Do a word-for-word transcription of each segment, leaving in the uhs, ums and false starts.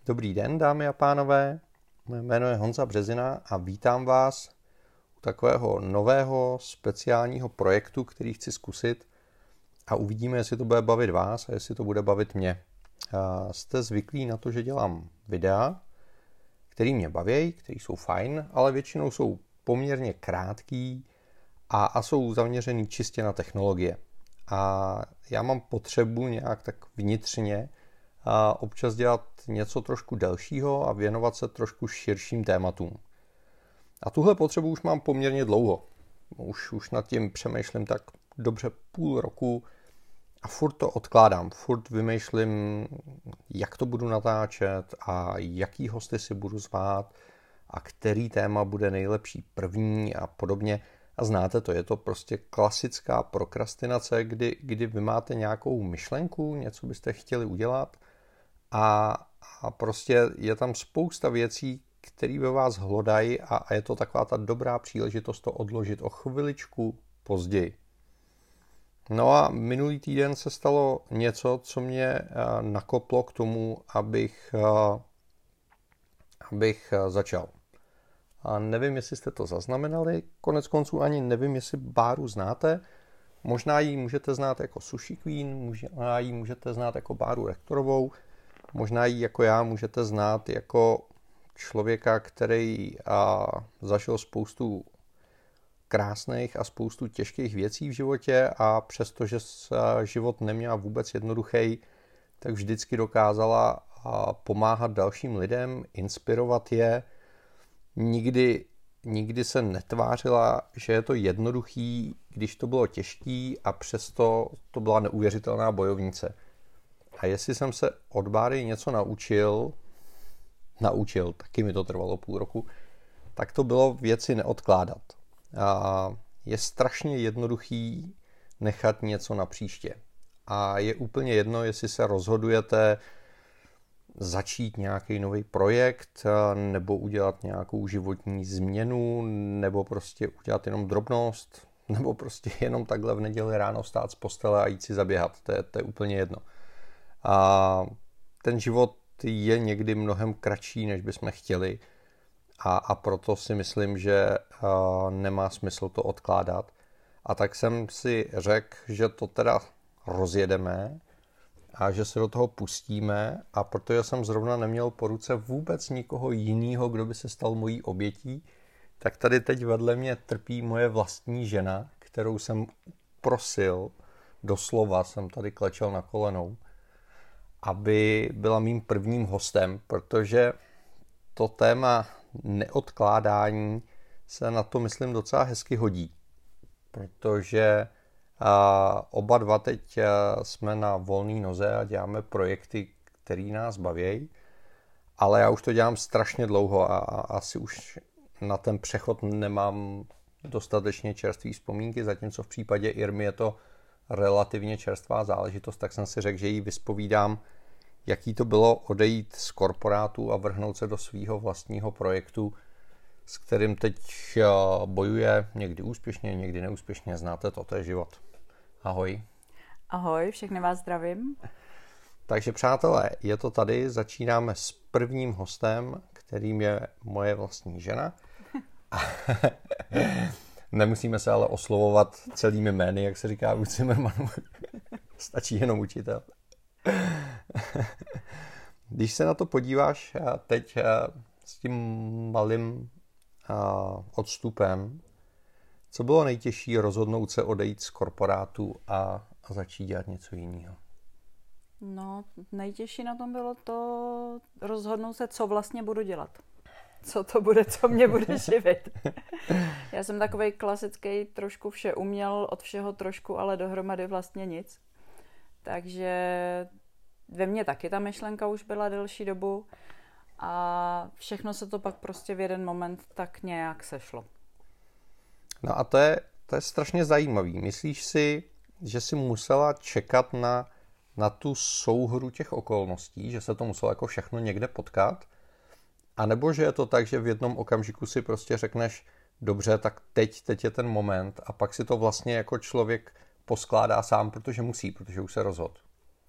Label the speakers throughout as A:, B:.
A: Dobrý den, dámy a pánové. Moje jméno je Honza Březina a vítám vás u takového nového speciálního projektu, který chci zkusit a uvidíme, jestli to bude bavit vás a jestli to bude bavit mě. A jste zvyklí na to, že dělám videa, který mě baví, který jsou fajn, ale většinou jsou poměrně krátký a, a jsou zaměřený čistě na technologie. A já mám potřebu nějak tak vnitřně a občas dělat něco trošku delšího a věnovat se trošku širším tématům. A tuhle potřebu už mám poměrně dlouho. Už, už nad tím přemýšlím tak dobře půl roku a furt to odkládám. Furt vymýšlím, jak to budu natáčet a jaký hosty si budu zvát a který téma bude nejlepší první a podobně. A znáte to, je to prostě klasická prokrastinace, kdy, kdy vy máte nějakou myšlenku, něco byste chtěli udělat a, a prostě je tam spousta věcí, které ve vás hlodají a, a je to taková ta dobrá příležitost to odložit o chviličku později. No a minulý týden se stalo něco, co mě nakoplo k tomu, abych, abych začal. A nevím, jestli jste to zaznamenali, konec konců ani nevím, jestli Báru znáte. Možná ji můžete znát jako Sushi Queen, možná ji můžete znát jako Báru Rektorovou, možná ji jako já můžete znát jako člověka, který a, zažil spoustu krásných a spoustu těžkých věcí v životě a přestože život neměla vůbec jednoduchý, tak vždycky dokázala a, pomáhat dalším lidem, inspirovat je. Nikdy, nikdy se netvářila, že je to jednoduchý, když to bylo těžký a přesto to byla neuvěřitelná bojovnice. A jestli jsem se od Báry něco naučil, naučil, taky mi to trvalo půl roku, tak to bylo věci neodkládat. A je strašně jednoduchý nechat něco na příště. A je úplně jedno, jestli se rozhodujete začít nějaký nový projekt, nebo udělat nějakou životní změnu, nebo prostě udělat jenom drobnost, nebo prostě jenom takhle v neděli ráno vstát z postele a jít si zaběhat. To je, to je úplně jedno. A ten život je někdy mnohem kratší, než bychom chtěli. A, a proto si myslím, že uh, nemá smysl to odkládat. A tak jsem si řekl, že to teda rozjedeme a že se do toho pustíme. A protože jsem zrovna neměl po ruce vůbec nikoho jiného, kdo by se stal mojí obětí, tak tady teď vedle mě trpí moje vlastní žena, kterou jsem prosil, doslova jsem tady klečel na kolenou, aby byla mým prvním hostem, protože to téma neodkládání se na to, myslím, docela hezky hodí. Protože a, oba dva teď a, jsme na volné noze a děláme projekty, které nás baví, ale já už to dělám strašně dlouho a, a asi už na ten přechod nemám dostatečně čerstvé vzpomínky, zatímco v případě Irmy je to relativně čerstvá záležitost, tak jsem si řekl, že jí vyspovídám, jaký to bylo odejít z korporátu a vrhnout se do svého vlastního projektu, s kterým teď bojuje někdy úspěšně, někdy neúspěšně. Znáte to, to je život. Ahoj.
B: Ahoj, všechny vás zdravím.
A: Takže přátelé, je to tady, začínáme s prvním hostem, kterým je moje vlastní žena. Nemusíme se ale oslovovat celými jmény, jak se říká u Zimmermanu. Stačí jenom učitel. Když se na to podíváš teď s tím malým odstupem, co bylo nejtěžší rozhodnout se odejít z korporátu a, a začít dělat něco jiného?
B: No, nejtěžší na tom bylo to rozhodnout se, co vlastně budu dělat. Co to bude, co mě bude živit. Já jsem takovej klasický, trošku vše uměl, od všeho trošku, ale dohromady vlastně nic. Takže ve mně taky ta myšlenka už byla delší dobu a všechno se to pak prostě v jeden moment tak nějak sešlo.
A: No a to je, to je strašně zajímavý. Myslíš si, že jsi musela čekat na, na tu souhru těch okolností, že se to muselo jako všechno někde potkat? A nebo že je to tak, že v jednom okamžiku si prostě řekneš, dobře, tak teď, teď je ten moment a pak si to vlastně jako člověk poskládá sám, protože musí, protože už se rozhodl.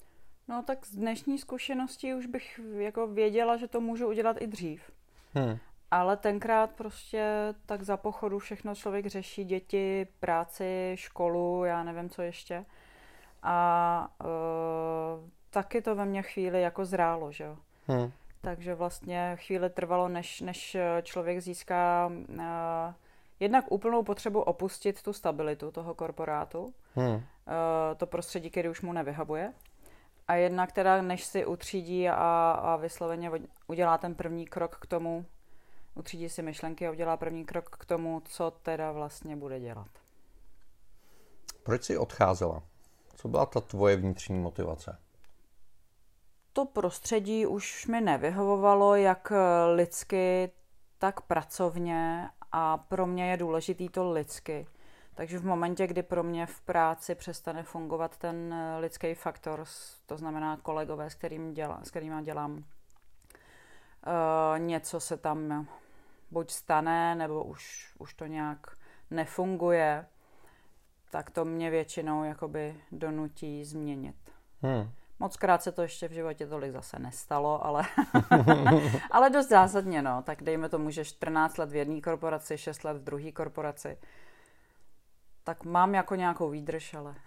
B: No tak z dnešní zkušenosti už bych jako věděla, že to můžu udělat i dřív. Hmm. Ale tenkrát prostě tak za pochodu všechno člověk řeší, děti, práci, školu, já nevím, co ještě. A uh, taky to ve mně chvíli jako zrálo, že jo. Hmm. Takže vlastně chvíli trvalo, než, než člověk získá uh, jednak úplnou potřebu opustit tu stabilitu toho korporátu, hmm. uh, to prostředí, který už mu nevyhovuje. A jednak teda, než si utřídí a, a vysloveně udělá ten první krok k tomu, utřídí si myšlenky a udělá první krok k tomu, co teda vlastně bude dělat.
A: Proč jsi odcházela? Co byla ta tvoje vnitřní motivace?
B: To prostředí už mi nevyhovovalo, jak lidsky, tak pracovně a pro mě je důležitý to lidsky. Takže v momentě, kdy pro mě v práci přestane fungovat ten lidský faktor, to znamená kolegové, s kterým dělám, s kterýma dělám, uh, něco se tam buď stane, nebo už, už to nějak nefunguje, tak to mě většinou jakoby donutí změnit. Hmm. Mockrát se to ještě v životě tolik zase nestalo, ale, ale dost zásadně, no. Tak dejme tomu, že čtrnáct let v jedné korporaci, šest let v druhé korporaci. Tak mám jako nějakou výdrž, ale...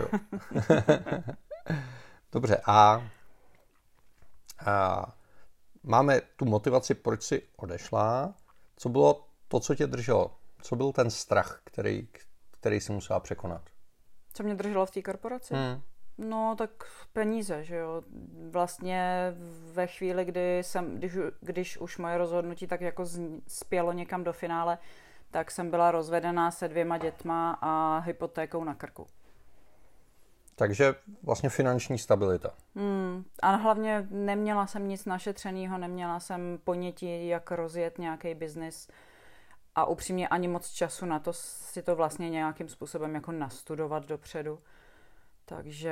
A: Dobře, a, a máme tu motivaci, proč jsi odešla. Co bylo to, co tě drželo? Co byl ten strach, který, který jsi musela překonat?
B: Co mě drželo v té korporaci? Hmm. No, tak peníze, že jo. Vlastně ve chvíli, kdy jsem, když, když už moje rozhodnutí tak jako spělo někam do finále, tak jsem byla rozvedená se dvěma dětma a hypotékou na krku.
A: Takže vlastně finanční stabilita.
B: Hmm. A hlavně neměla jsem nic našetřenýho, neměla jsem ponětí, jak rozjet nějaký biznis a upřímně ani moc času na to si to vlastně nějakým způsobem jako nastudovat dopředu. Takže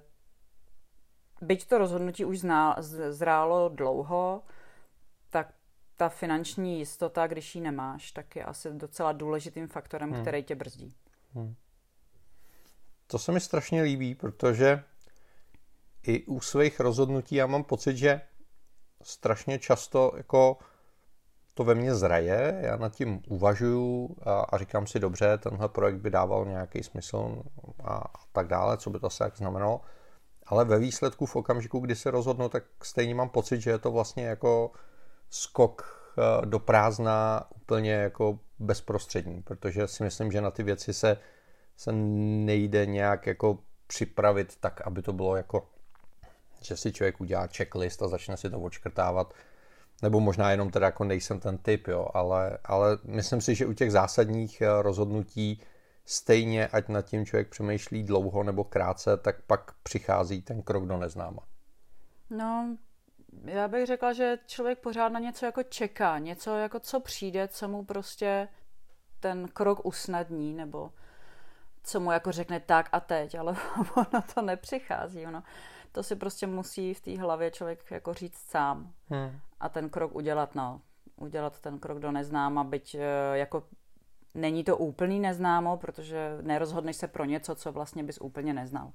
B: byť to rozhodnutí už zná, zrálo dlouho, tak ta finanční jistota, když ji nemáš, tak je asi docela důležitým faktorem, hmm. který tě brzdí. Hmm.
A: To se mi strašně líbí, protože i u svých rozhodnutí já mám pocit, že strašně často jako to ve mně zraje, já nad tím uvažuju a, a říkám si, dobře, tenhle projekt by dával nějaký smysl a, a tak dále, co by to asi jak znamenalo. Ale ve výsledku v okamžiku, kdy se rozhodnu, tak stejně mám pocit, že je to vlastně jako skok do prázdna úplně jako bezprostřední, protože si myslím, že na ty věci se, se nejde nějak jako připravit tak, aby to bylo jako, že si člověk udělá checklist a začne si to odškrtávat, nebo možná jenom teda jako nejsem ten typ, jo, ale, ale myslím si, že u těch zásadních rozhodnutí stejně, ať nad tím člověk přemýšlí dlouho nebo krátce, tak pak přichází ten krok do neznáma.
B: No, já bych řekla, že člověk pořád na něco jako čeká, něco jako co přijde, co mu prostě ten krok usnadní, nebo co mu jako řekne tak a teď, ale ono to nepřichází, ono. To si prostě musí v té hlavě člověk jako říct sám hmm. a ten krok udělat, no, udělat ten krok do neznáma, byť jako není to úplný neznámo, protože nerozhodneš se pro něco, co vlastně bys úplně neznal.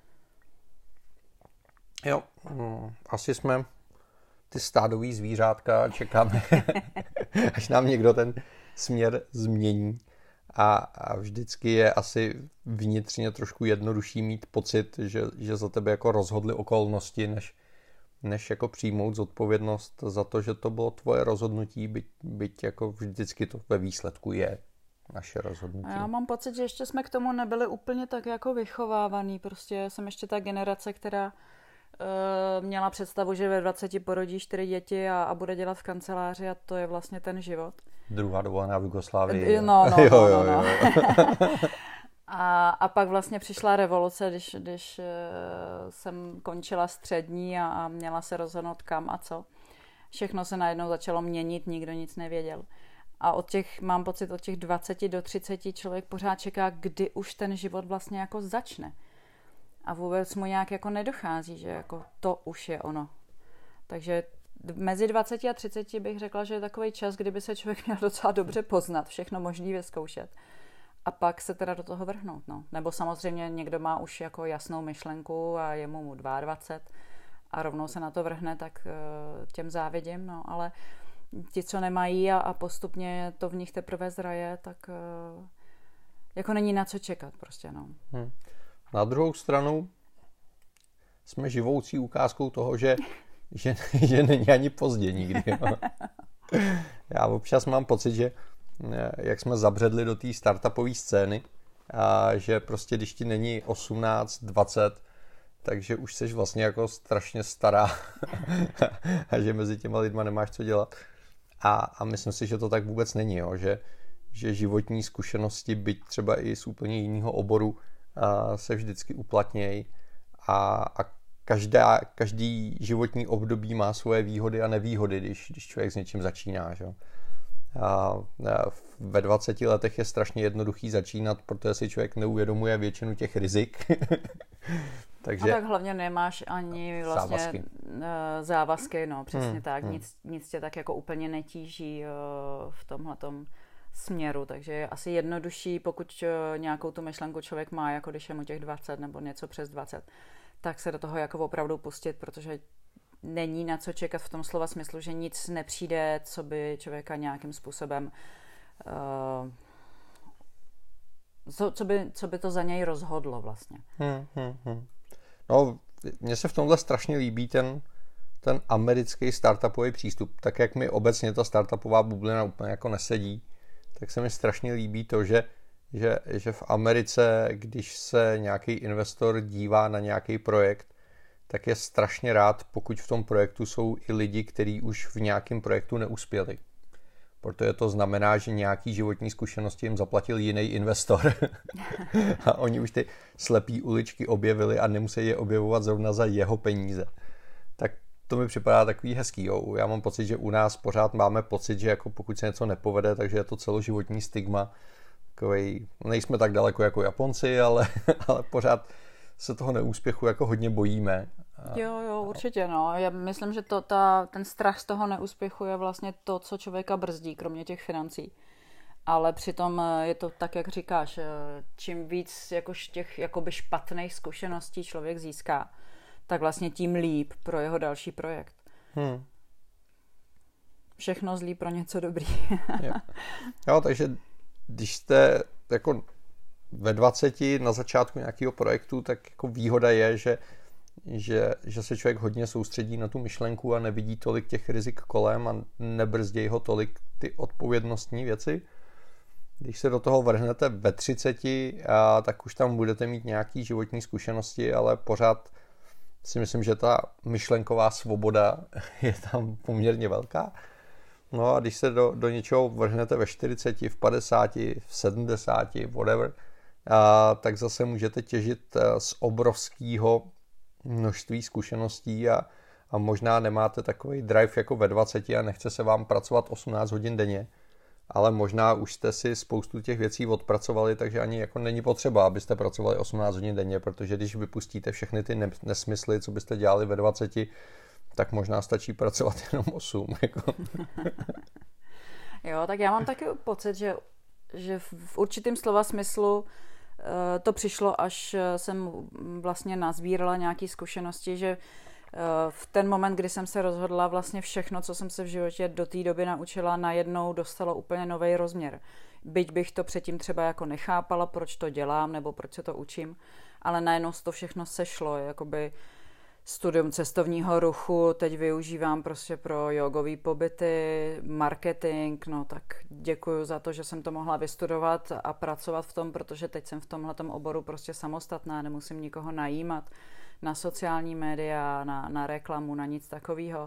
A: Jo, asi jsme ty stádový zvířátka, čekáme, až nám někdo ten směr změní. A, a vždycky je asi vnitřně trošku jednodušší mít pocit, že, že za tebe jako rozhodly okolnosti, než, než jako přijmout zodpovědnost za to, že to bylo tvoje rozhodnutí, byť, byť jako vždycky to ve výsledku je naše rozhodnutí.
B: A já mám pocit, že ještě jsme k tomu nebyli úplně tak jako vychovávaný. Prostě jsem ještě ta generace, která uh, měla představu, že ve dvaceti porodí čtyři děti a, a bude dělat v kanceláři a to je vlastně ten život.
A: Druhá dovolená v Jugoslávii.
B: No, no, jo, no, no, no. a, a pak vlastně přišla revoluce, když, když uh, jsem končila střední a, a měla se rozhodnout kam a co. Všechno se najednou začalo měnit, nikdo nic nevěděl. A od těch, mám pocit, od těch dvaceti do třiceti člověk pořád čeká, kdy už ten život vlastně jako začne. A vůbec mu nějak jako nedochází, že jako to už je ono. Takže mezi dvaceti a třiceti bych řekla, že je takový čas, kdyby se člověk měl docela dobře poznat, všechno možný vyzkoušet. a pak se teda do toho vrhnout. No. Nebo samozřejmě někdo má už jako jasnou myšlenku a je mu dvacet dva a rovnou se na to vrhne, tak těm závidím, no, ale ti, co nemají a, a postupně to v nich teprve zraje, tak jako není na co čekat prostě, no.
A: Hmm. Na druhou stranu jsme živoucí ukázkou toho, že, že, že není ani pozdě nikdy. No. Já občas mám pocit, že jak jsme zabředli do té startupové scény, a že prostě když ti není osmnáct, dvacet, takže už jsi vlastně jako strašně stará a že mezi těma lidma nemáš co dělat. A, a myslím si, že to tak vůbec není, jo? Že, že životní zkušenosti, byť třeba i z úplně jiného oboru, a se vždycky uplatnějí a, a každá, každý životní období má svoje výhody a nevýhody, když, když člověk s něčím začíná. Že? A ve dvaceti letech je strašně jednoduchý začínat, protože si člověk neuvědomuje většinu těch rizik. Takže...
B: A tak hlavně nemáš ani vlastně závazky, závazky no přesně hmm, tak, hmm. Nic, nic tě tak jako úplně netíží v tomhletom směru, takže je asi jednodušší, pokud nějakou tu myšlenku člověk má, jako když je mu těch dvacet nebo něco přes dvacet, tak se do toho jako opravdu pustit, protože není na co čekat v tom slova smyslu, že nic nepřijde, co by člověka nějakým způsobem uh, co, co, by, co by to za něj rozhodlo vlastně.
A: Hmm, hmm, hmm. No, mně se v tomhle strašně líbí ten, ten americký startupový přístup. Tak jak mi obecně ta startupová bublina úplně jako nesedí, tak se mi strašně líbí to, že, že, že v Americe, když se nějaký investor dívá na nějaký projekt, tak je strašně rád, pokud v tom projektu jsou i lidi, kteří už v nějakém projektu neuspěli. Protože to znamená, že nějaký životní zkušenosti jim zaplatil jiný investor. A oni už ty slepý uličky objevili a nemusí je objevovat zrovna za jeho peníze. Tak to mi připadá takový hezký. Jo. Já mám pocit, že u nás pořád máme pocit, že jako pokud se něco nepovede, takže je to celoživotní stigma. Takovej, nejsme tak daleko jako Japonci, ale, ale pořád se toho neúspěchu jako hodně bojíme.
B: Jo, jo, určitě, no. Já myslím, že to, ta, ten strach z toho neúspěchu je vlastně to, co člověka brzdí, kromě těch financí. Ale přitom je to tak, jak říkáš, čím víc jakož těch jakoby špatných zkušeností člověk získá, tak vlastně tím líp pro jeho další projekt. Hmm. Všechno zlý pro něco dobrý.
A: jo. jo, takže když jste jako ve dvaceti na začátku nějakého projektu, tak jako výhoda je, že Že, že se člověk hodně soustředí na tu myšlenku a nevidí tolik těch rizik kolem a nebrzdějí ho tolik ty odpovědnostní věci. Když se do toho vrhnete ve třiceti, a tak už tam budete mít nějaký životní zkušenosti, ale pořád si myslím, že ta myšlenková svoboda je tam poměrně velká. No a když se do, do něčeho vrhnete ve čtyřiceti, v padesáti, v sedmdesáti, whatever, a tak zase můžete těžit z obrovského množství zkušeností a, a možná nemáte takový drive jako ve dvaceti a nechce se vám pracovat osmnáct hodin denně, ale možná už jste si spoustu těch věcí odpracovali, takže ani jako není potřeba, abyste pracovali osmnáct hodin denně, protože když vypustíte všechny ty nesmysly, co byste dělali ve dvaceti, tak možná stačí pracovat jenom osm. Jako.
B: Jo, tak já mám taky pocit, že, že v určitém slova smyslu to přišlo, až jsem vlastně nazbírala nějaké zkušenosti, že v ten moment, kdy jsem se rozhodla, vlastně všechno, co jsem se v životě do té doby naučila, najednou dostalo úplně nový rozměr. Byť bych to předtím třeba jako nechápala, proč to dělám, nebo proč se to učím, ale najednou to všechno sešlo, jakoby studium cestovního ruchu, teď využívám prostě pro jogové pobyty, marketing, no tak děkuju za to, že jsem to mohla vystudovat a pracovat v tom, protože teď jsem v tomhletom oboru prostě samostatná, nemusím nikoho najímat na sociální média, na, na reklamu, na nic takového.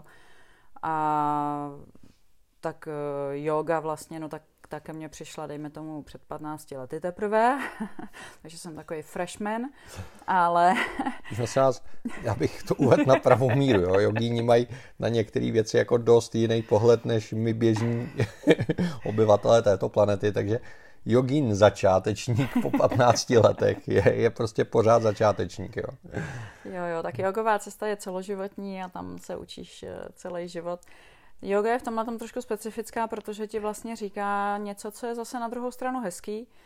B: A tak yoga vlastně, no tak ta ke mně přišla, dejme tomu, před patnácti lety teprve, takže jsem takový freshman, ale...
A: Vás, já bych to uvedl na pravou míru, jo. Jogíni mají na některé věci jako dost jiný pohled, než my běžní obyvatelé této planety, takže jogín začátečník po patnácti letech je, je prostě pořád začátečník, jo.
B: Jo, jo, tak jogová cesta je celoživotní a tam se učíš celý život. Yoga je v tomhle tom trošku specifická, protože ti vlastně říká něco, co je zase na druhou stranu hezký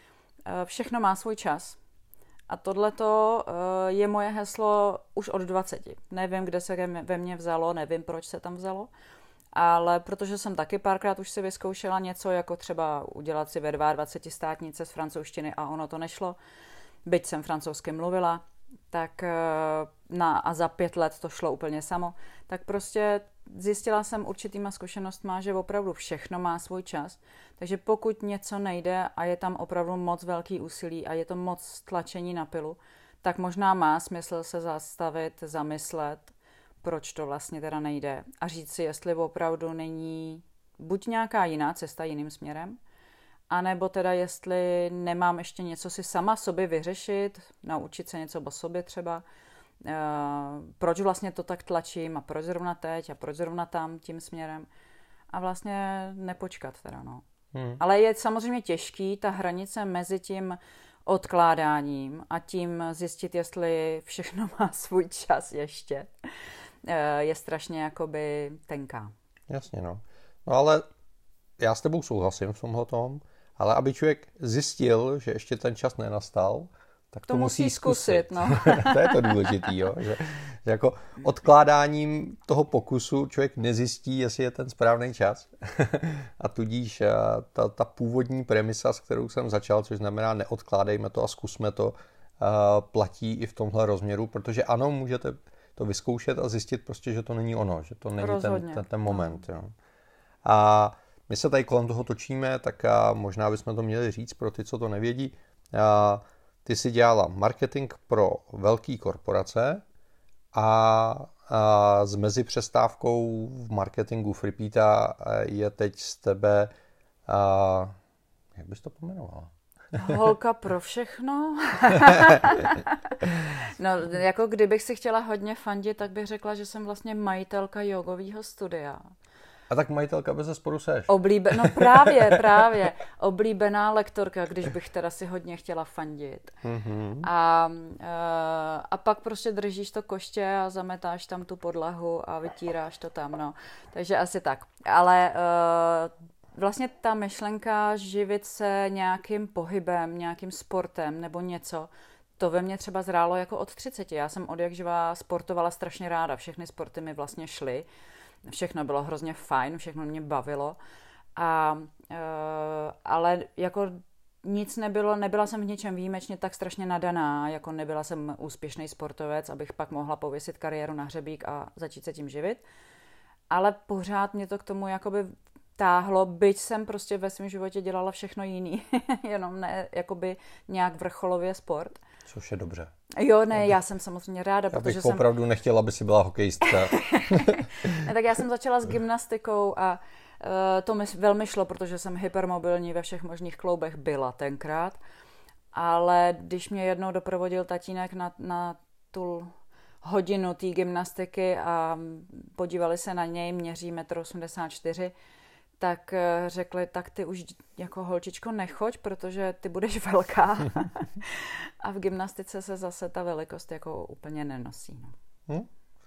B: všechno má svůj čas. A tohleto je moje heslo už od dvaceti. Nevím, kde se ve mně vzalo, nevím, proč se tam vzalo, ale protože jsem taky párkrát už si vyzkoušela něco, jako třeba udělat si ve dvaceti dvou státnice z francouzštiny a ono to nešlo, byť jsem francouzsky mluvila, tak na, a za pět let to šlo úplně samo, tak prostě zjistila jsem určitýma zkušenostma, že opravdu všechno má svůj čas, takže pokud něco nejde a je tam opravdu moc velký úsilí a je to moc tlačení na pilu, tak možná má smysl se zastavit, zamyslet, proč to vlastně teda nejde a říct si, jestli opravdu není buď nějaká jiná cesta jiným směrem, anebo teda jestli nemám ještě něco si sama sobě vyřešit, naučit se něco o sobě třeba, uh, proč vlastně to tak tlačím a proč zrovna teď a proč zrovna tam tím směrem a vlastně nepočkat teda, no. Hmm. Ale je samozřejmě těžký ta hranice mezi tím odkládáním a tím zjistit, jestli všechno má svůj čas ještě, uh, je strašně jakoby tenká.
A: Jasně, no. No ale já s tebou souhlasím v tomhletom, ale aby člověk zjistil, že ještě ten čas nenastal, tak to, to musí zkusit.
B: No.
A: To je to důležitý, jo? Že, že jako odkládáním toho pokusu člověk nezjistí, jestli je ten správný čas. A tudíž ta, ta původní premisa, s kterou jsem začal, což znamená neodkládejme to a zkusme to, platí i v tomhle rozměru, protože ano, můžete to vyzkoušet a zjistit prostě, že to není ono, že to není ten, ten, ten moment. Jo? A my se tady kolem toho točíme, tak možná bychom to měli říct pro ty, co to nevědí. Ty si dělala marketing pro velké korporace a, a s mezipřestávkou v marketingu Freepeata je teď z tebe, a, jak bys to pojmenovala?
B: Holka pro všechno. No, jako kdybych si chtěla hodně fandit, tak bych řekla, že jsem vlastně majitelka jogového studia.
A: A tak majitelka bezesporu seš.
B: Oblíbe... No právě, právě. Oblíbená lektorka, když bych teda si hodně chtěla fandit. Mm-hmm. A, a pak prostě držíš to koště a zametáš tam tu podlahu a vytíráš to tam, no. Takže asi tak. Ale vlastně ta myšlenka živit se nějakým pohybem, nějakým sportem nebo něco, to ve mně třeba zrálo jako od třiceti. Já jsem odjakživa sportovala strašně ráda. Všechny sporty mi vlastně šly. Všechno bylo hrozně fajn, všechno mě bavilo. A, e, ale jako nic nebylo, nebyla jsem v ničem výjimečně tak strašně nadaná, jako nebyla jsem úspěšný sportovec, abych pak mohla pověsit kariéru na hřebík a začít se tím živit. Ale pořád mě to k tomu jakoby táhlo, byť jsem prostě ve svém životě dělala všechno jiný, jenom ne jakoby nějak vrcholově sport.
A: Což je dobře.
B: Jo, ne, já jsem samozřejmě ráda,
A: já
B: protože
A: bych
B: jsem...
A: opravdu nechtěla, aby si byla hokejistka.
B: Ne, tak já jsem začala s gymnastikou a uh, to mi velmi šlo, protože jsem hypermobilní ve všech možných kloubech byla tenkrát. Ale když mě jednou doprovodil tatínek na, na tu hodinu té gymnastiky a podívali se na něj, měří metr osmdesát čtyři, tak řekli, tak ty už jako holčičko nechoď, protože ty budeš velká. A v gymnastice se zase ta velikost jako úplně nenosí. No.
A: Hm?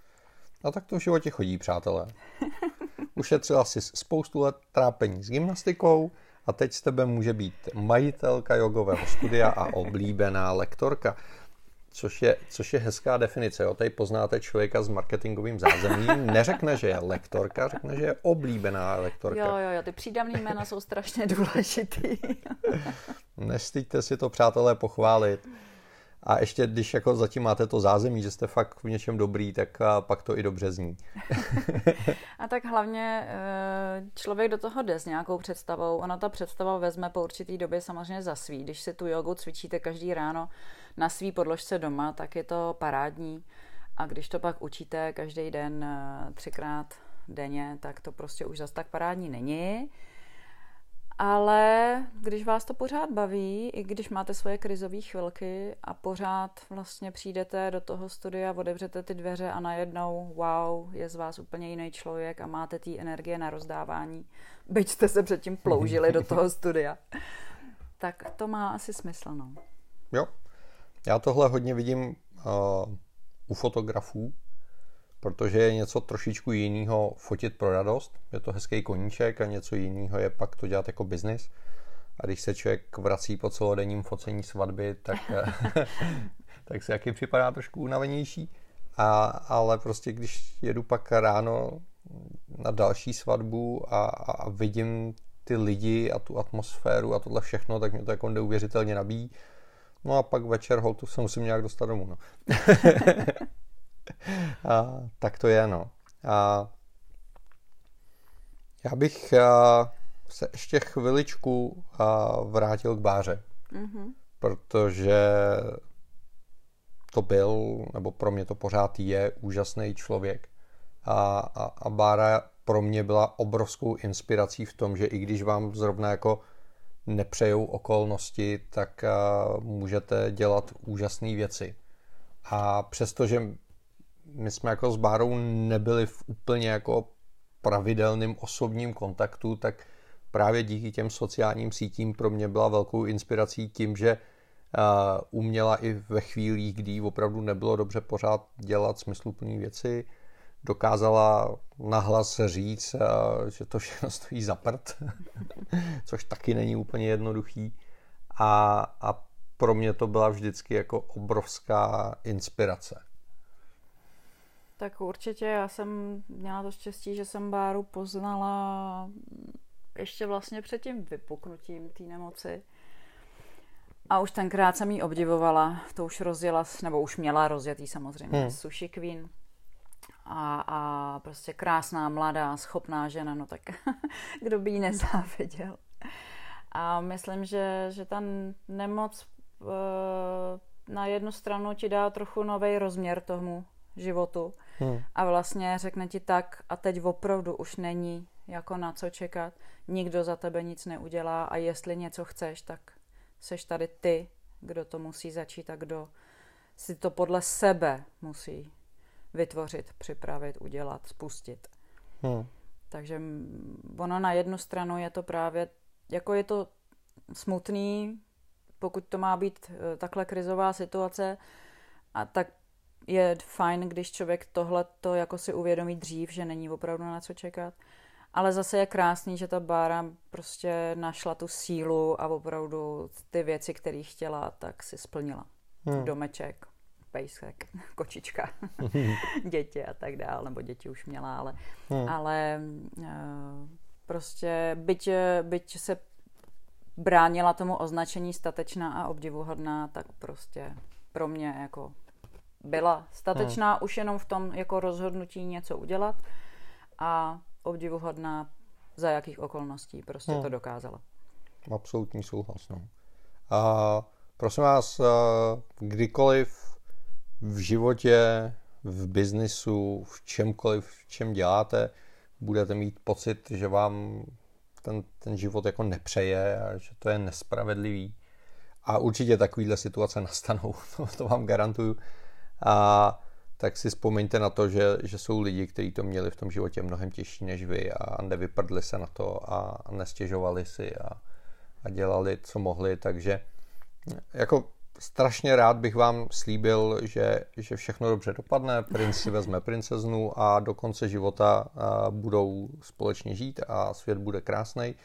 A: A tak to v životě chodí, přátelé. Ušetřila si spoustu let trápení s gymnastikou a teď z tebe může být majitelka jogového studia a oblíbená lektorka. Což je, což je hezká definice. Jo? Tady poznáte člověka s marketingovým zázemím. Neřekne, že je lektorka, řekne, že je oblíbená lektorka.
B: Jo, jo, jo, ty přídavný jména jsou strašně důležitý.
A: Nestyďte si to, přátelé, pochválit. A ještě, když jako zatím máte to zázemí, že jste fakt v něčem dobrý, tak pak to i dobře zní.
B: A tak hlavně člověk do toho jde s nějakou představou. Ona ta představa vezme po určitý době samozřejmě za svý. Když si tu jogu cvičíte každý ráno na svý podložce doma, tak je to parádní. A když to pak učíte každý den třikrát denně, tak to prostě už zas tak parádní není. Ale když vás to pořád baví, i když máte svoje krizové chvilky a pořád vlastně přijdete do toho studia, otevřete ty dveře a najednou, wow, je z vás úplně jiný člověk a máte té energie na rozdávání, byť jste se předtím ploužili do toho studia, tak to má asi smysl, no.
A: Jo, já tohle hodně vidím uh, u fotografů, protože je něco trošičku jiného fotit pro radost. Je to hezký koníček a něco jiného je pak to dělat jako biznis. A když se člověk vrací po celodenním focení svatby, tak, tak se jaký připadá trošku unavenější. A, ale prostě když jedu pak ráno na další svatbu a, a vidím ty lidi a tu atmosféru a tohle všechno, tak mě to jako neuvěřitelně nabíjí. No a pak večer holtu se musím nějak dostat domů. No. A, tak to je, no. A já bych a, se ještě chviličku a, vrátil k Báře. Mm-hmm. Protože to byl, nebo pro mě to pořád je úžasný člověk. A, a, a Bára pro mě byla obrovskou inspirací v tom, že i když vám zrovna jako nepřejou okolnosti, tak a, můžete dělat úžasné věci. A přestože my jsme jako s Bárou nebyli v úplně jako pravidelným osobním kontaktu, tak právě díky těm sociálním sítím pro mě byla velkou inspirací tím, že uh, uměla i ve chvílích, kdy opravdu nebylo dobře pořád dělat smysluplné věci, dokázala nahlas říct, uh, že to všechno stojí za prd, což taky není úplně jednoduchý. A, a pro mě to byla vždycky jako obrovská inspirace.
B: Tak určitě, já jsem měla to štěstí, že jsem Báru poznala ještě vlastně před tím vypuknutím té nemoci. A už tenkrát jsem ji obdivovala, to už rozjela, nebo už měla rozjetý samozřejmě, hmm. Sushi Queen. A, a prostě krásná, mladá, schopná žena, no tak kdo by jí nezáviděl. A myslím, že, že ta nemoc e, na jednu stranu ti dá trochu nový rozměr tomu životu. Hmm. A vlastně řekne ti tak, a teď opravdu už není jako na co čekat. Nikdo za tebe nic neudělá a jestli něco chceš, tak seš tady ty, kdo to musí začít a kdo si to podle sebe musí vytvořit, připravit, udělat, spustit. Hmm. Takže ono na jednu stranu je to právě, jako je to smutný, pokud to má být takhle krizová situace, a tak je fajn, když člověk tohleto jako si uvědomí dřív, že není opravdu na co čekat. Ale zase je krásný, že ta Bára prostě našla tu sílu a opravdu ty věci, které chtěla, tak si splnila. Hmm. Domeček, pejsek, kočička, děti a tak dále, nebo děti už měla, ale, hmm. ale prostě byť, byť se bránila tomu označení statečná a obdivuhodná, tak prostě pro mě jako byla statečná hmm. už jenom v tom jako rozhodnutí něco udělat a obdivuhodná za jakých okolností prostě hmm. to dokázala.
A: Absolutní souhlas. No. A prosím vás, kdykoliv v životě, v biznisu, v čemkoliv, v čem děláte, budete mít pocit, že vám ten, ten život jako nepřeje a že to je nespravedlivý. A určitě takovýhle situace nastanou, to, to vám garantuju. A tak si vzpomeňte na to, že, že jsou lidi, kteří to měli v tom životě mnohem těžší než vy a nevyprdli se na to a nestěžovali si a, a dělali, co mohli. Takže jako strašně rád bych vám slíbil, že, že všechno dobře dopadne, princ si vezme princeznu a do konce života budou společně žít a svět bude krásnej.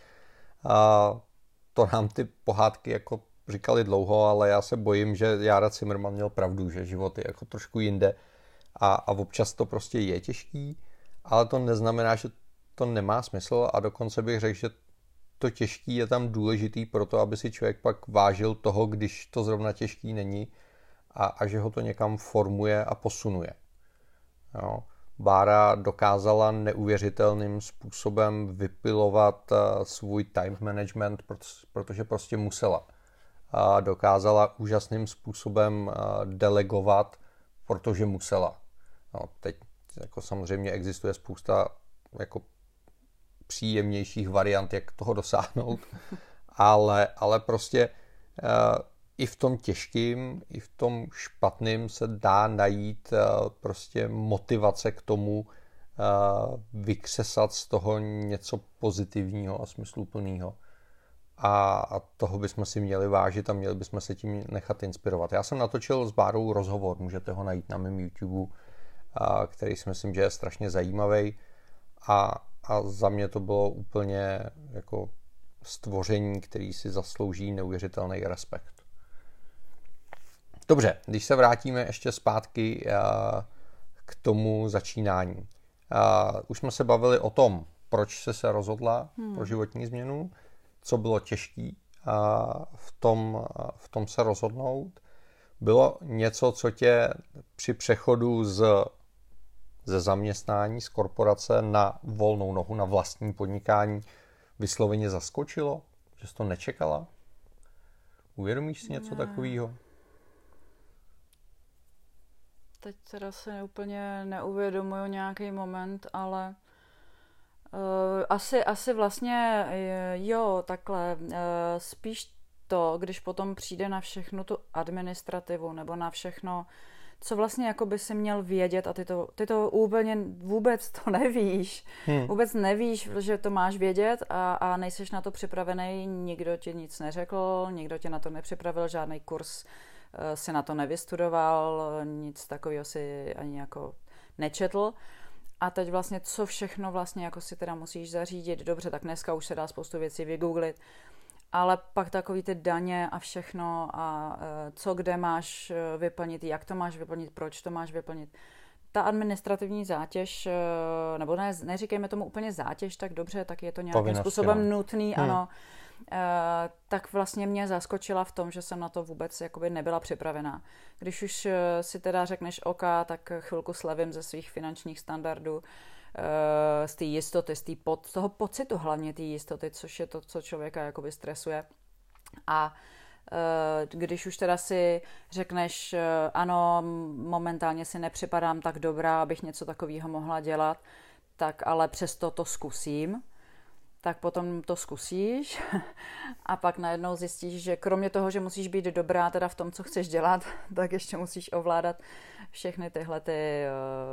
A: A to nám ty pohádky jako říkali dlouho, ale já se bojím, že Jára Cimrman měl pravdu, že život je jako trošku jinde a, a občas to prostě je těžký, ale to neznamená, že to nemá smysl a dokonce bych řekl, že to těžký je tam důležitý pro to, aby si člověk pak vážil toho, když to zrovna těžký není a, a že ho to někam formuje a posunuje. Jo. Bára dokázala neuvěřitelným způsobem vypilovat uh, svůj time management, protože prostě musela. A dokázala úžasným způsobem uh, delegovat, protože musela. No, teď jako samozřejmě existuje spousta jako příjemnějších variant, jak toho dosáhnout, ale, ale prostě uh, i v tom těžkým, i v tom špatným se dá najít uh, prostě motivace k tomu uh, vykřesat z toho něco pozitivního a smysluplného. A, a toho bychom si měli vážit a měli bychom se tím nechat inspirovat. Já jsem natočil s Bárou rozhovor, můžete ho najít na mém YouTube, uh, který si myslím, že je strašně zajímavý a, a za mě to bylo úplně jako stvoření, který si zaslouží neuvěřitelný respekt. Dobře, když se vrátíme ještě zpátky k tomu začínání. Už jsme se bavili o tom, proč jsi se rozhodla hmm. pro životní změnu, co bylo těžké v tom, v tom se rozhodnout. Bylo něco, co tě při přechodu z, ze zaměstnání, z korporace na volnou nohu, na vlastní podnikání vysloveně zaskočilo? Že jsi to nečekala? Uvědomíš si něco ne. takového?
B: Teď teda se úplně neuvědomuju nějaký moment, ale uh, asi, asi vlastně jo, takhle. Uh, spíš to, když potom přijde na všechno tu administrativu nebo na všechno, co vlastně jako by si měl vědět a ty to, ty to úplně vůbec to nevíš. Hmm. Vůbec nevíš, že to máš vědět a, a nejseš na to připravený, nikdo ti nic neřekl, nikdo tě na to nepřipravil, žádný kurz uh, si na to nevystudoval, nic takového si ani jako nečetl. A teď vlastně co všechno vlastně jako si teda musíš zařídit. Dobře, tak dneska už se dá spoustu věcí vygooglit, ale pak takový ty daně a všechno a co kde máš vyplnit, jak to máš vyplnit, proč to máš vyplnit. Ta administrativní zátěž, nebo ne, neříkejme tomu úplně zátěž, tak dobře, tak je to nějakým Povinnosti, způsobem no. nutný, hmm. ano. Tak vlastně mě zaskočila v tom, že jsem na to vůbec jakoby nebyla připravená. Když už si teda řekneš OK, tak chvilku slevím ze svých finančních standardů, z té jistoty, z, pod, z toho pocitu hlavně té jistoty, což je to, co člověka jakoby stresuje. A když už teda si řekneš, ano, momentálně si nepřipadám tak dobrá, abych něco takového mohla dělat, tak ale přesto to zkusím, tak potom to zkusíš a pak najednou zjistíš, že kromě toho, že musíš být dobrá teda v tom, co chceš dělat, tak ještě musíš ovládat všechny tyhle ty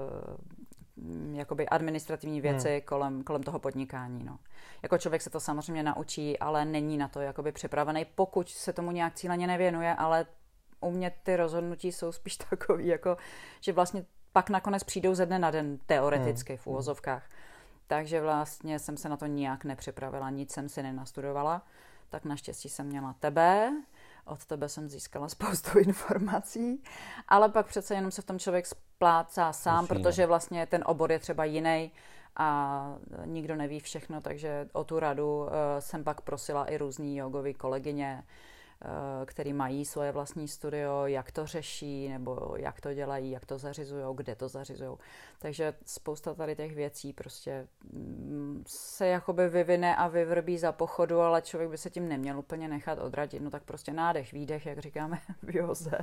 B: jakoby administrativní věci hmm. kolem, kolem toho podnikání. No. Jako člověk se to samozřejmě naučí, ale není na to jakoby připravený, pokud se tomu nějak cíleně nevěnuje, ale u mě ty rozhodnutí jsou spíš takový, jako, že vlastně pak nakonec přijdou ze dne na den teoreticky hmm. v úvozovkách. Takže vlastně jsem se na to nijak nepřipravila, nic jsem si nenastudovala, tak naštěstí jsem měla tebe, od tebe jsem získala spoustu informací, ale pak přece jenom se v tom člověk splácá sám, Musíme. protože vlastně ten obor je třeba jiný a nikdo neví všechno, takže o tu radu uh, jsem pak prosila i různý jogový kolegyně, uh, který mají svoje vlastní studio, jak to řeší, nebo jak to dělají, jak to zařizujou, kde to zařizujou. Takže spousta tady těch věcí prostě mm, se jakoby vyvine a vyvrbí za pochodu, ale člověk by se tím neměl úplně nechat odradit. No tak prostě nádech, výdech, jak říkáme v józe.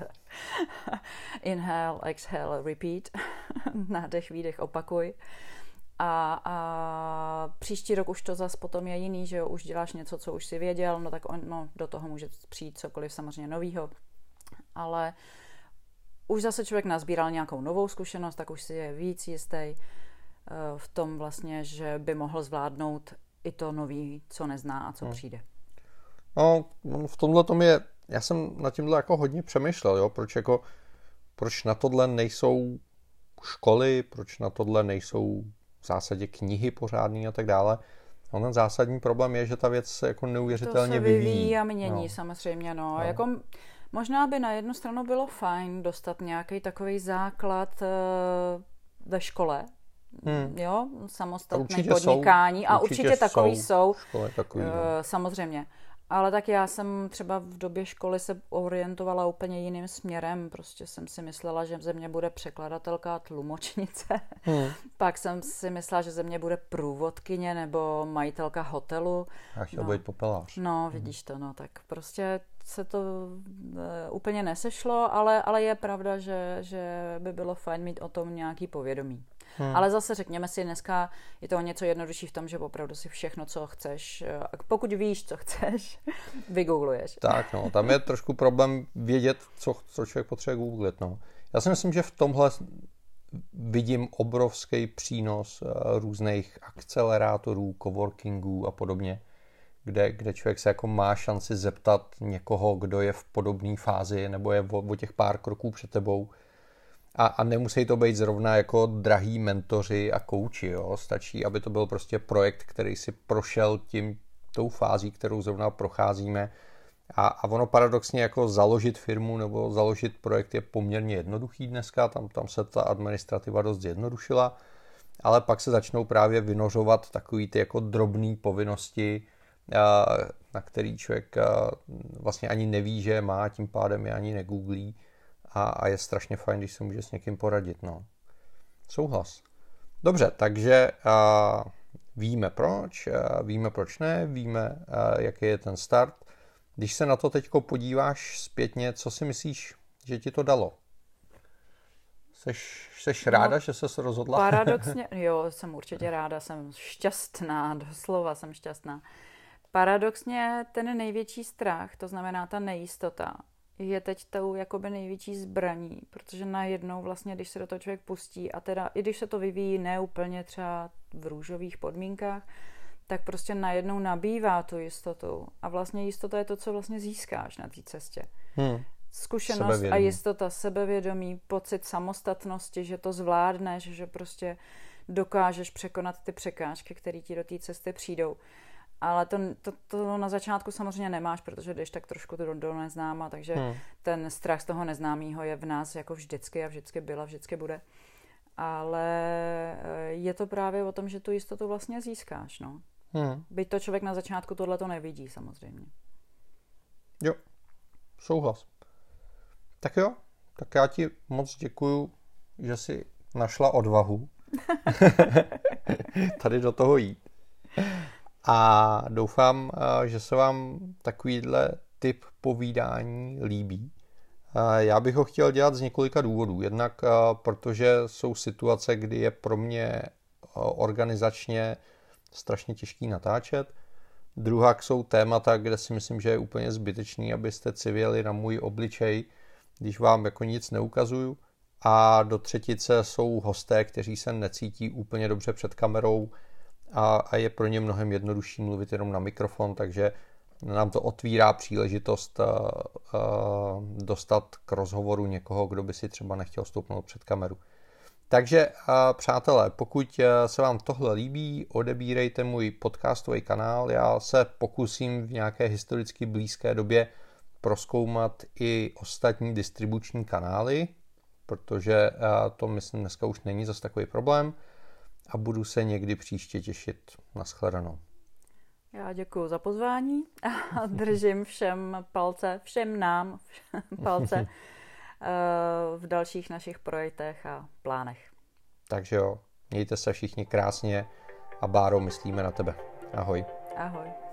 B: Inhale, exhale, repeat. Nádech, výdech, opakuj. A, a příští rok už to zas potom je jiný, že jo, už děláš něco, co už si věděl, no tak on, no, do toho může přijít cokoliv samozřejmě novýho, ale už zase člověk nazbíral nějakou novou zkušenost, tak už si je víc jistý uh, v tom vlastně, že by mohl zvládnout i to nový, co nezná a co hmm. přijde.
A: No, v tomhle tom je, já jsem nad tímhle jako hodně přemýšlel, jo, proč jako, proč na tohle nejsou školy, proč na tohle nejsou v zásadě knihy pořádný a tak dále. No, ten zásadní problém je, že ta věc se jako neuvěřitelně vyvíjí. To se vyvíjí
B: a mění no. samozřejmě, no. no. Jako, možná by na jednu stranu bylo fajn dostat nějaký takový základ uh, ve škole, hmm. jo, samostatné podnikání
A: jsou,
B: a určitě, určitě takový jsou,
A: školy takový,
B: uh,
A: no.
B: samozřejmě. Ale tak já jsem třeba v době školy se orientovala úplně jiným směrem. Prostě jsem si myslela, že ze mě bude překladatelka a tlumočnice. Hmm. Pak jsem si myslela, že ze mě bude průvodkyně nebo majitelka hotelu.
A: Já chtěl
B: no.
A: být popelář.
B: No, vidíš to, no. Tak prostě se to uh, úplně nesešlo, ale, ale je pravda, že, že by bylo fajn mít o tom nějaký povědomí. Hmm. Ale zase řekněme si, dneska je to něco jednodušší v tom, že opravdu si všechno, co chceš, pokud víš, co chceš, vygoogluješ.
A: Tak, no, tam je trošku problém vědět, co, co člověk potřebuje googlit, no. Já si myslím, že v tomhle vidím obrovský přínos různých akcelerátorů, coworkingů a podobně, kde, kde člověk se jako má šanci zeptat někoho, kdo je v podobné fázi nebo je o, o těch pár kroků před tebou. A, a nemusí to být zrovna jako drahý mentoři a kouči, jo. Stačí, aby to byl prostě projekt, který si prošel tím tou fází, kterou zrovna procházíme. A, a ono paradoxně jako založit firmu nebo založit projekt je poměrně jednoduchý dneska, tam, tam se ta administrativa dost zjednodušila, ale pak se začnou právě vynořovat takový ty jako drobné povinnosti, na který člověk vlastně ani neví, že má, tím pádem je ani negooglí a, a je strašně fajn, když se může s někým poradit. No. Souhlas. Dobře, takže a, víme proč, a, víme proč ne, víme, a, jaký je ten start. Když se na to teďko podíváš zpětně, co si myslíš, že ti to dalo? Seš, seš ráda, no, že ses rozhodla?
B: Paradoxně, jo, jsem určitě ráda, jsem šťastná, doslova jsem šťastná. Paradoxně ten největší strach, to znamená ta nejistota, je teď tou jakoby největší zbraní, protože najednou vlastně, když se do toho člověk pustí a teda i když se to vyvíjí neúplně třeba v růžových podmínkách, tak prostě najednou nabývá tu jistotu. A vlastně jistota je to, co vlastně získáš na té cestě. Hmm. Zkušenost sebevědomí. A jistota, sebevědomí, pocit samostatnosti, že to zvládneš, že prostě dokážeš překonat ty překážky, které ti do té cesty přijdou. Ale to, to, to na začátku samozřejmě nemáš, protože jdeš tak trošku do, do neznáma, takže hmm. ten strach z toho neznámého je v nás jako vždycky a vždycky byla, vždycky bude. Ale je to právě o tom, že tu jistotu vlastně získáš, no. Hmm. Byť to člověk na začátku tohle to nevidí, samozřejmě.
A: Jo, souhlas. Tak jo, tak já ti moc děkuju, že jsi našla odvahu tady do toho jít. A doufám, že se vám takovýhle typ povídání líbí. Já bych ho chtěl dělat z několika důvodů. Jednak protože jsou situace, kdy je pro mě organizačně strašně těžký natáčet. Druhak jsou témata, kde si myslím, že je úplně zbytečný, abyste civěli na můj obličej, když vám jako nic neukazuju. A do třetice jsou hosté, kteří se necítí úplně dobře před kamerou a, a je pro ně mnohem jednodušší mluvit jenom na mikrofon, takže nám to otvírá příležitost uh, uh, dostat k rozhovoru někoho, kdo by si třeba nechtěl stoupnout před kameru. Takže uh, přátelé, pokud se vám tohle líbí, odebírejte můj podcastový kanál. Já se pokusím v nějaké historicky blízké době prozkoumat i ostatní distribuční kanály, protože uh, to myslím dneska už není zas takový problém a budu se někdy příště těšit. Naschledanou.
B: Já děkuji za pozvání a držím všem palce, všem nám palce v dalších našich projektech a plánech.
A: Takže jo, mějte se všichni krásně a Báro, myslíme na tebe. Ahoj.
B: Ahoj.